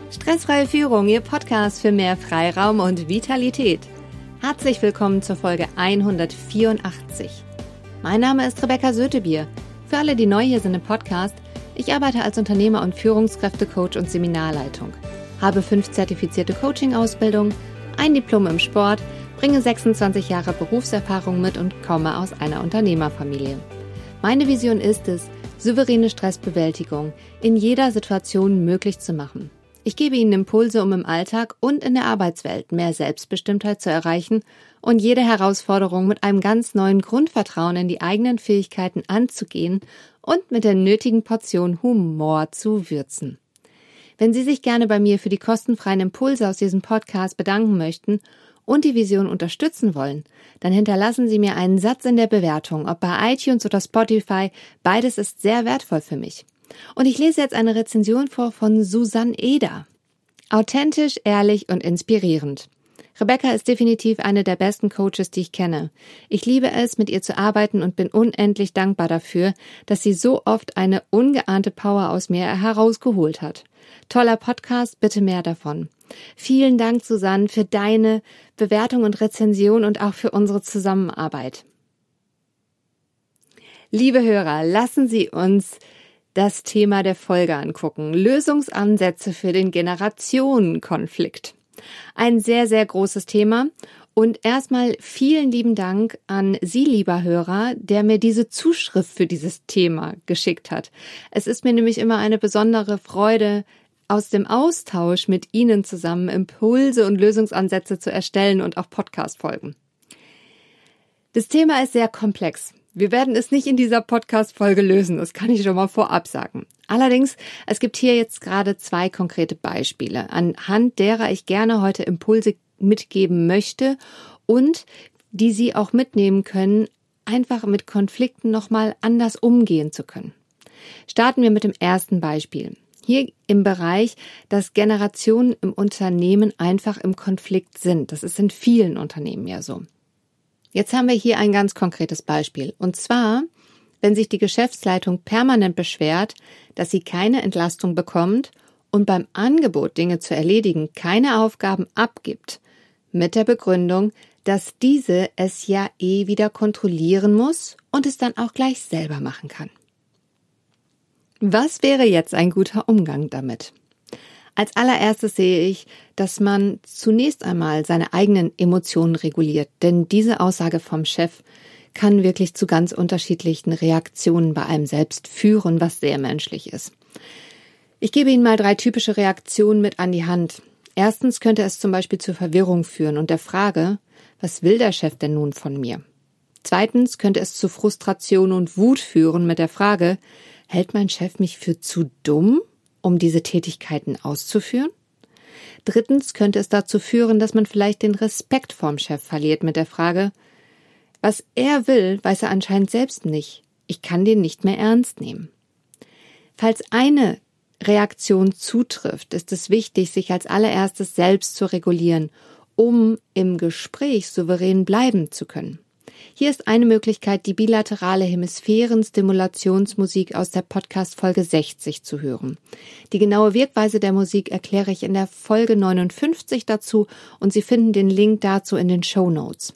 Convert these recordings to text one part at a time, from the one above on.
Stressfreie Führung, Ihr Podcast für mehr Freiraum und Vitalität. Herzlich willkommen zur Folge 184. Mein Name ist Rebecca Sötebier. Für alle, die neu hier sind im Podcast, ich arbeite als Unternehmer- und Führungskräftecoach und Seminarleitung, habe 5 zertifizierte Coaching-Ausbildungen, ein Diplom im Sport, bringe 26 Jahre Berufserfahrung mit und komme aus einer Unternehmerfamilie. Meine Vision ist es, souveräne Stressbewältigung in jeder Situation möglich zu machen. Ich gebe Ihnen Impulse, um im Alltag und in der Arbeitswelt mehr Selbstbestimmtheit zu erreichen und jede Herausforderung mit einem ganz neuen Grundvertrauen in die eigenen Fähigkeiten anzugehen und mit der nötigen Portion Humor zu würzen. Wenn Sie sich gerne bei mir für die kostenfreien Impulse aus diesem Podcast bedanken möchten und die Vision unterstützen wollen, dann hinterlassen Sie mir einen Satz in der Bewertung, ob bei iTunes oder Spotify. Beides ist sehr wertvoll für mich. Und ich lese jetzt eine Rezension vor von Susanne Eder. Authentisch, ehrlich und inspirierend. Rebecca ist definitiv eine der besten Coaches, die ich kenne. Ich liebe es, mit ihr zu arbeiten und bin unendlich dankbar dafür, dass sie so oft eine ungeahnte Power aus mir herausgeholt hat. Toller Podcast, bitte mehr davon. Vielen Dank, Susanne, für deine Bewertung und Rezension und auch für unsere Zusammenarbeit. Liebe Hörer, lassen Sie uns das Thema der Folge angucken. Lösungsansätze für den Generationenkonflikt. Ein sehr, sehr großes Thema. Und erstmal vielen lieben Dank an Sie, lieber Hörer, der mir diese Zuschrift für dieses Thema geschickt hat. Es ist mir nämlich immer eine besondere Freude, aus dem Austausch mit Ihnen zusammen Impulse und Lösungsansätze zu erstellen und auch Podcast-Folgen. Das Thema ist sehr komplex. Wir werden es nicht in dieser Podcast-Folge lösen, das kann ich schon mal vorab sagen. Allerdings, es gibt hier jetzt gerade 2 konkrete Beispiele, anhand derer ich gerne heute Impulse mitgeben möchte und die Sie auch mitnehmen können, einfach mit Konflikten nochmal anders umgehen zu können. Starten wir mit dem ersten Beispiel. Hier im Bereich, dass Generationen im Unternehmen einfach im Konflikt sind. Das ist in vielen Unternehmen ja so. Jetzt haben wir hier ein ganz konkretes Beispiel. Und zwar, wenn sich die Geschäftsleitung permanent beschwert, dass sie keine Entlastung bekommt und beim Angebot, Dinge zu erledigen, keine Aufgaben abgibt, mit der Begründung, dass diese es ja wieder kontrollieren muss und es dann auch gleich selber machen kann. Was wäre jetzt ein guter Umgang damit? Als allererstes sehe ich, dass man zunächst einmal seine eigenen Emotionen reguliert, denn diese Aussage vom Chef kann wirklich zu ganz unterschiedlichen Reaktionen bei einem selbst führen, was sehr menschlich ist. Ich gebe Ihnen mal 3 typische Reaktionen mit an die Hand. Erstens könnte es zum Beispiel zur Verwirrung führen und der Frage, was will der Chef denn nun von mir? Zweitens könnte es zu Frustration und Wut führen mit der Frage, hält mein Chef mich für zu dumm, um diese Tätigkeiten auszuführen? Drittens könnte es dazu führen, dass man vielleicht den Respekt vorm Chef verliert mit der Frage, was er will, weiß er anscheinend selbst nicht. Ich kann den nicht mehr ernst nehmen. Falls eine Reaktion zutrifft, ist es wichtig, sich als allererstes selbst zu regulieren, um im Gespräch souverän bleiben zu können. Hier ist eine Möglichkeit, die bilaterale Hemisphären-Stimulationsmusik aus der Podcast-Folge 60 zu hören. Die genaue Wirkweise der Musik erkläre ich in der Folge 59 dazu und Sie finden den Link dazu in den Shownotes.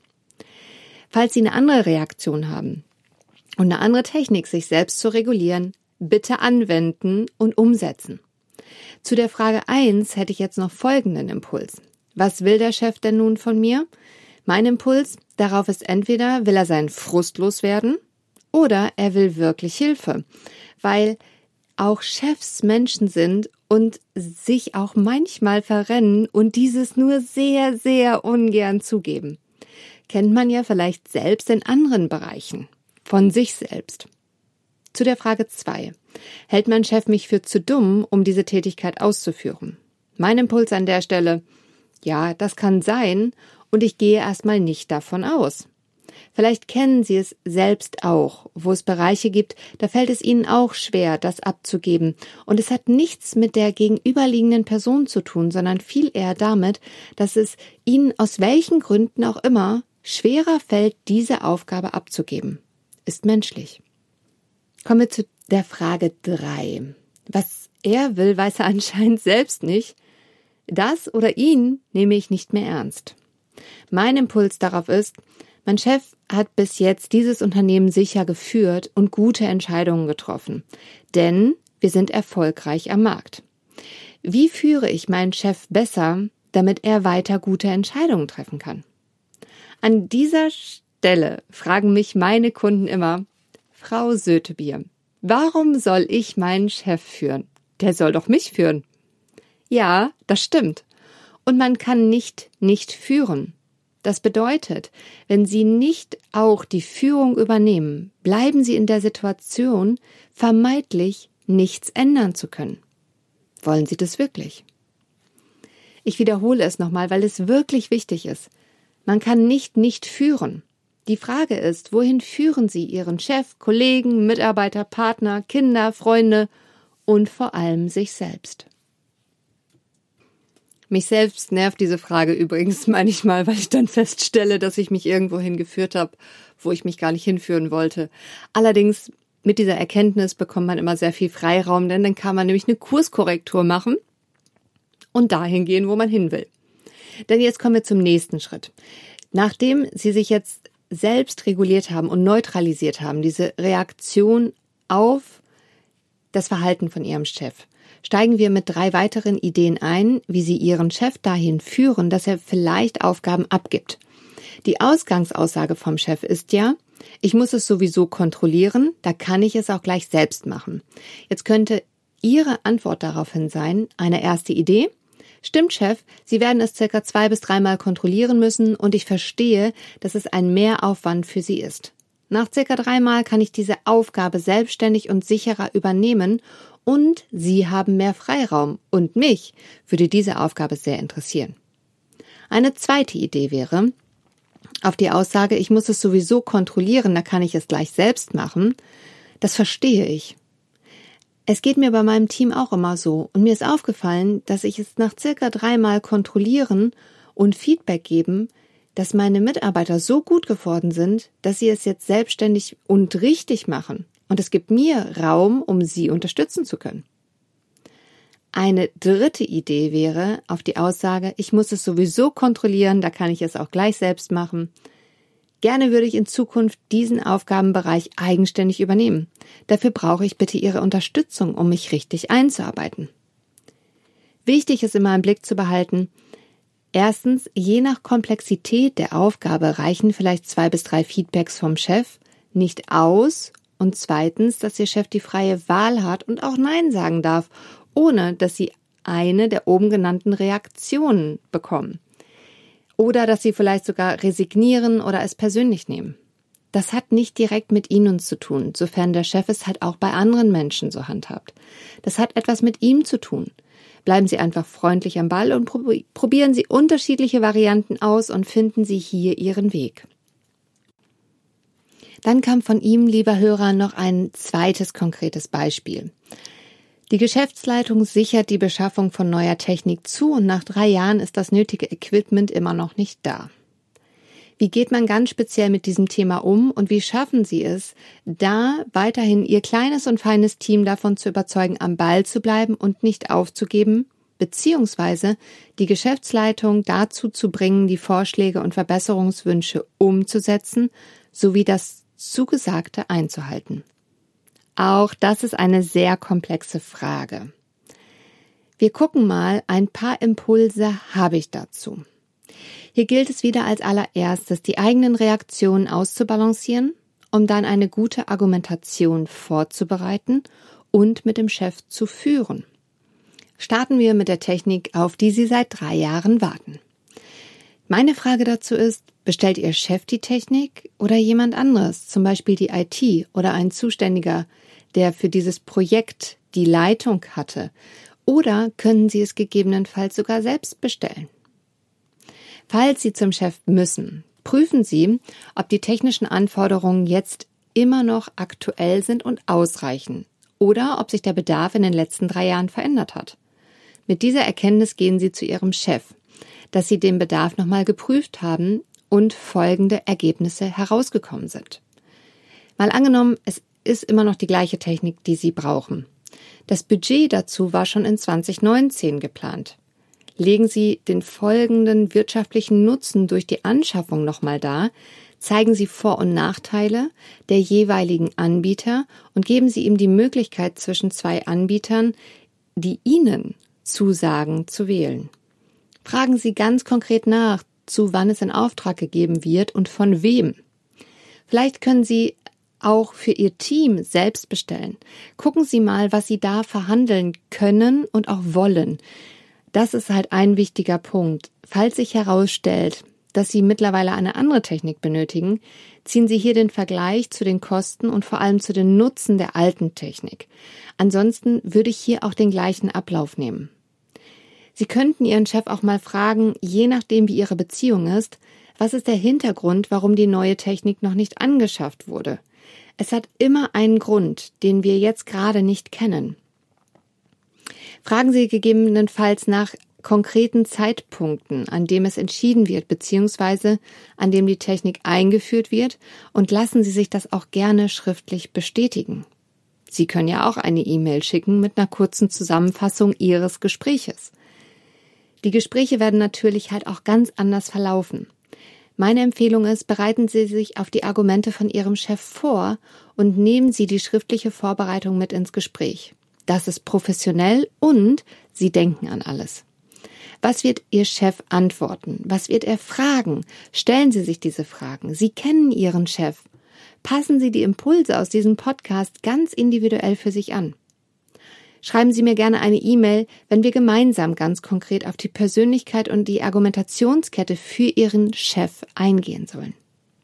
Falls Sie eine andere Reaktion haben und eine andere Technik, sich selbst zu regulieren, bitte anwenden und umsetzen. Zu der Frage 1 hätte ich jetzt noch folgenden Impuls. Was will der Chef denn nun von mir? Mein Impuls darauf ist entweder, will er seinen Frust loswerden oder er will wirklich Hilfe, weil auch Chefs Menschen sind und sich auch manchmal verrennen und dieses nur sehr, sehr ungern zugeben. Kennt man ja vielleicht selbst in anderen Bereichen, von sich selbst. Zu der Frage 2. Hält mein Chef mich für zu dumm, um diese Tätigkeit auszuführen? Mein Impuls an der Stelle, ja, das kann sein und ich gehe erstmal nicht davon aus. Vielleicht kennen Sie es selbst auch, wo es Bereiche gibt, da fällt es Ihnen auch schwer, das abzugeben. Und es hat nichts mit der gegenüberliegenden Person zu tun, sondern viel eher damit, dass es Ihnen aus welchen Gründen auch immer schwerer fällt, diese Aufgabe abzugeben. Ist menschlich. Kommen wir zu der Frage 3. Was er will, weiß er anscheinend selbst nicht. Das oder ihn nehme ich nicht mehr ernst. Mein Impuls darauf ist, mein Chef hat bis jetzt dieses Unternehmen sicher geführt und gute Entscheidungen getroffen, denn wir sind erfolgreich am Markt. Wie führe ich meinen Chef besser, damit er weiter gute Entscheidungen treffen kann? An dieser Stelle fragen mich meine Kunden immer: Frau Sötebier, warum soll ich meinen Chef führen? Der soll doch mich führen. Ja, das stimmt. Und man kann nicht führen. Das bedeutet, wenn Sie nicht auch die Führung übernehmen, bleiben Sie in der Situation, vermeintlich nichts ändern zu können. Wollen Sie das wirklich? Ich wiederhole es nochmal, weil es wirklich wichtig ist. Man kann nicht führen. Die Frage ist, wohin führen Sie Ihren Chef, Kollegen, Mitarbeiter, Partner, Kinder, Freunde und vor allem sich selbst? Mich selbst nervt diese Frage übrigens manchmal, weil ich dann feststelle, dass ich mich irgendwo hingeführt habe, wo ich mich gar nicht hinführen wollte. Allerdings, mit dieser Erkenntnis bekommt man immer sehr viel Freiraum, denn dann kann man nämlich eine Kurskorrektur machen und dahin gehen, wo man hin will. Denn jetzt kommen wir zum nächsten Schritt. Nachdem Sie sich jetzt selbst reguliert haben und neutralisiert haben, diese Reaktion auf das Verhalten von Ihrem Chef, steigen wir mit 3 weiteren Ideen ein, wie Sie Ihren Chef dahin führen, dass er vielleicht Aufgaben abgibt. Die Ausgangsaussage vom Chef ist ja: Ich muss es sowieso kontrollieren, da kann ich es auch gleich selbst machen. Jetzt könnte Ihre Antwort daraufhin sein, eine erste Idee: Stimmt, Chef, Sie werden es circa 2 bis 3 Mal kontrollieren müssen und ich verstehe, dass es ein Mehraufwand für Sie ist. Nach circa 3 Mal kann ich diese Aufgabe selbstständig und sicherer übernehmen und Sie haben mehr Freiraum und mich würde diese Aufgabe sehr interessieren. Eine zweite Idee wäre, auf die Aussage: Ich muss es sowieso kontrollieren, da kann ich es gleich selbst machen. Das verstehe ich. Es geht mir bei meinem Team auch immer so und mir ist aufgefallen, dass ich es nach circa 3 Mal kontrollieren und Feedback geben, dass meine Mitarbeiter so gut geworden sind, dass sie es jetzt selbstständig und richtig machen. Und es gibt mir Raum, um sie unterstützen zu können. Eine dritte Idee wäre auf die Aussage: Ich muss es sowieso kontrollieren, da kann ich es auch gleich selbst machen. Gerne würde ich in Zukunft diesen Aufgabenbereich eigenständig übernehmen. Dafür brauche ich bitte Ihre Unterstützung, um mich richtig einzuarbeiten. Wichtig ist immer im Blick zu behalten: Erstens, je nach Komplexität der Aufgabe reichen vielleicht 2 bis 3 Feedbacks vom Chef nicht aus. Und zweitens, dass Ihr Chef die freie Wahl hat und auch Nein sagen darf, ohne dass Sie eine der oben genannten Reaktionen bekommen. Oder dass Sie vielleicht sogar resignieren oder es persönlich nehmen. Das hat nicht direkt mit Ihnen zu tun, sofern der Chef es halt auch bei anderen Menschen so handhabt. Das hat etwas mit ihm zu tun. Bleiben Sie einfach freundlich am Ball und probieren Sie unterschiedliche Varianten aus und finden Sie hier Ihren Weg. Dann kam von ihm, lieber Hörer, noch ein zweites konkretes Beispiel. Die Geschäftsleitung sichert die Beschaffung von neuer Technik zu und nach 3 Jahren ist das nötige Equipment immer noch nicht da. Wie geht man ganz speziell mit diesem Thema um und wie schaffen Sie es, da weiterhin Ihr kleines und feines Team davon zu überzeugen, am Ball zu bleiben und nicht aufzugeben, beziehungsweise die Geschäftsleitung dazu zu bringen, die Vorschläge und Verbesserungswünsche umzusetzen, sowie das Zugesagte einzuhalten? Auch das ist eine sehr komplexe Frage. Wir gucken mal, ein paar Impulse habe ich dazu. Hier gilt es wieder als allererstes, die eigenen Reaktionen auszubalancieren, um dann eine gute Argumentation vorzubereiten und mit dem Chef zu führen. Starten wir mit der Technik, auf die Sie seit 3 Jahren warten. Meine Frage dazu ist: Bestellt Ihr Chef die Technik oder jemand anderes, zum Beispiel die IT oder ein Zuständiger, der für dieses Projekt die Leitung hatte? Oder können Sie es gegebenenfalls sogar selbst bestellen? Falls Sie zum Chef müssen, prüfen Sie, ob die technischen Anforderungen jetzt immer noch aktuell sind und ausreichen oder ob sich der Bedarf in den letzten 3 Jahren verändert hat. Mit dieser Erkenntnis gehen Sie zu Ihrem Chef, dass Sie den Bedarf nochmal geprüft haben und folgende Ergebnisse herausgekommen sind. Mal angenommen, es ist immer noch die gleiche Technik, die Sie brauchen. Das Budget dazu war schon in 2019 geplant. Legen Sie den folgenden wirtschaftlichen Nutzen durch die Anschaffung nochmal dar, zeigen Sie Vor- und Nachteile der jeweiligen Anbieter und geben Sie ihm die Möglichkeit, zwischen zwei Anbietern, die Ihnen zusagen, zu wählen. Fragen Sie ganz konkret nach, zu wann es in Auftrag gegeben wird und von wem. Vielleicht können Sie auch für Ihr Team selbst bestellen. Gucken Sie mal, was Sie da verhandeln können und auch wollen. Das ist halt ein wichtiger Punkt. Falls sich herausstellt, dass Sie mittlerweile eine andere Technik benötigen, ziehen Sie hier den Vergleich zu den Kosten und vor allem zu den Nutzen der alten Technik. Ansonsten würde ich hier auch den gleichen Ablauf nehmen. Sie könnten Ihren Chef auch mal fragen, je nachdem wie Ihre Beziehung ist, was ist der Hintergrund, warum die neue Technik noch nicht angeschafft wurde? Es hat immer einen Grund, den wir jetzt gerade nicht kennen. Fragen Sie gegebenenfalls nach konkreten Zeitpunkten, an dem es entschieden wird, beziehungsweise an dem die Technik eingeführt wird, und lassen Sie sich das auch gerne schriftlich bestätigen. Sie können ja auch eine E-Mail schicken mit einer kurzen Zusammenfassung Ihres Gespräches. Die Gespräche werden natürlich halt auch ganz anders verlaufen. Meine Empfehlung ist, bereiten Sie sich auf die Argumente von Ihrem Chef vor und nehmen Sie die schriftliche Vorbereitung mit ins Gespräch. Das ist professionell und Sie denken an alles. Was wird Ihr Chef antworten? Was wird er fragen? Stellen Sie sich diese Fragen. Sie kennen Ihren Chef. Passen Sie die Impulse aus diesem Podcast ganz individuell für sich an. Schreiben Sie mir gerne eine E-Mail, wenn wir gemeinsam ganz konkret auf die Persönlichkeit und die Argumentationskette für Ihren Chef eingehen sollen.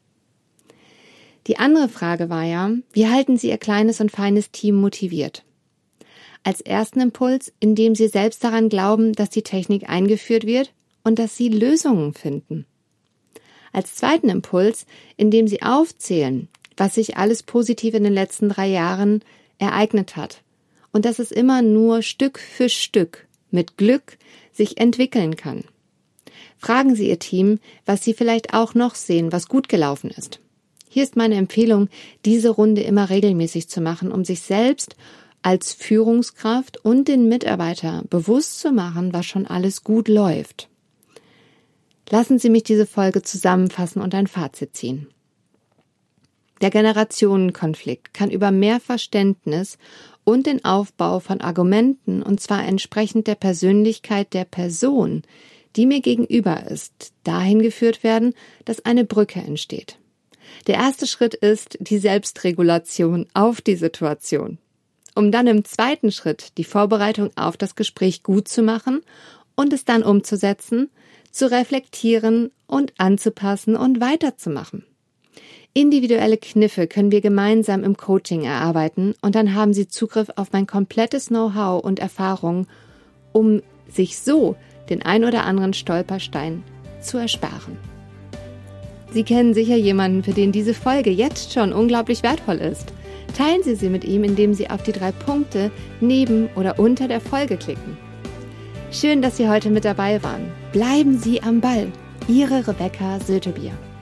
Die andere Frage war ja, wie halten Sie Ihr kleines und feines Team motiviert? Als ersten Impuls, indem Sie selbst daran glauben, dass die Technik eingeführt wird und dass Sie Lösungen finden. Als zweiten Impuls, indem Sie aufzählen, was sich alles positiv in den letzten 3 Jahren ereignet hat und dass es immer nur Stück für Stück mit Glück sich entwickeln kann. Fragen Sie Ihr Team, was Sie vielleicht auch noch sehen, was gut gelaufen ist. Hier ist meine Empfehlung, diese Runde immer regelmäßig zu machen, um sich selbst als Führungskraft und den Mitarbeiter bewusst zu machen, was schon alles gut läuft. Lassen Sie mich diese Folge zusammenfassen und ein Fazit ziehen. Der Generationenkonflikt kann über mehr Verständnis und den Aufbau von Argumenten, und zwar entsprechend der Persönlichkeit der Person, die mir gegenüber ist, dahin geführt werden, dass eine Brücke entsteht. Der erste Schritt ist die Selbstregulation auf die Situation, um dann im zweiten Schritt die Vorbereitung auf das Gespräch gut zu machen und es dann umzusetzen, zu reflektieren und anzupassen und weiterzumachen. Individuelle Kniffe können wir gemeinsam im Coaching erarbeiten und dann haben Sie Zugriff auf mein komplettes Know-how und Erfahrung, um sich so den ein oder anderen Stolperstein zu ersparen. Sie kennen sicher jemanden, für den diese Folge jetzt schon unglaublich wertvoll ist. Teilen Sie sie mit ihm, indem Sie auf die 3 Punkte neben oder unter der Folge klicken. Schön, dass Sie heute mit dabei waren. Bleiben Sie am Ball. Ihre Rebecca Sötebier.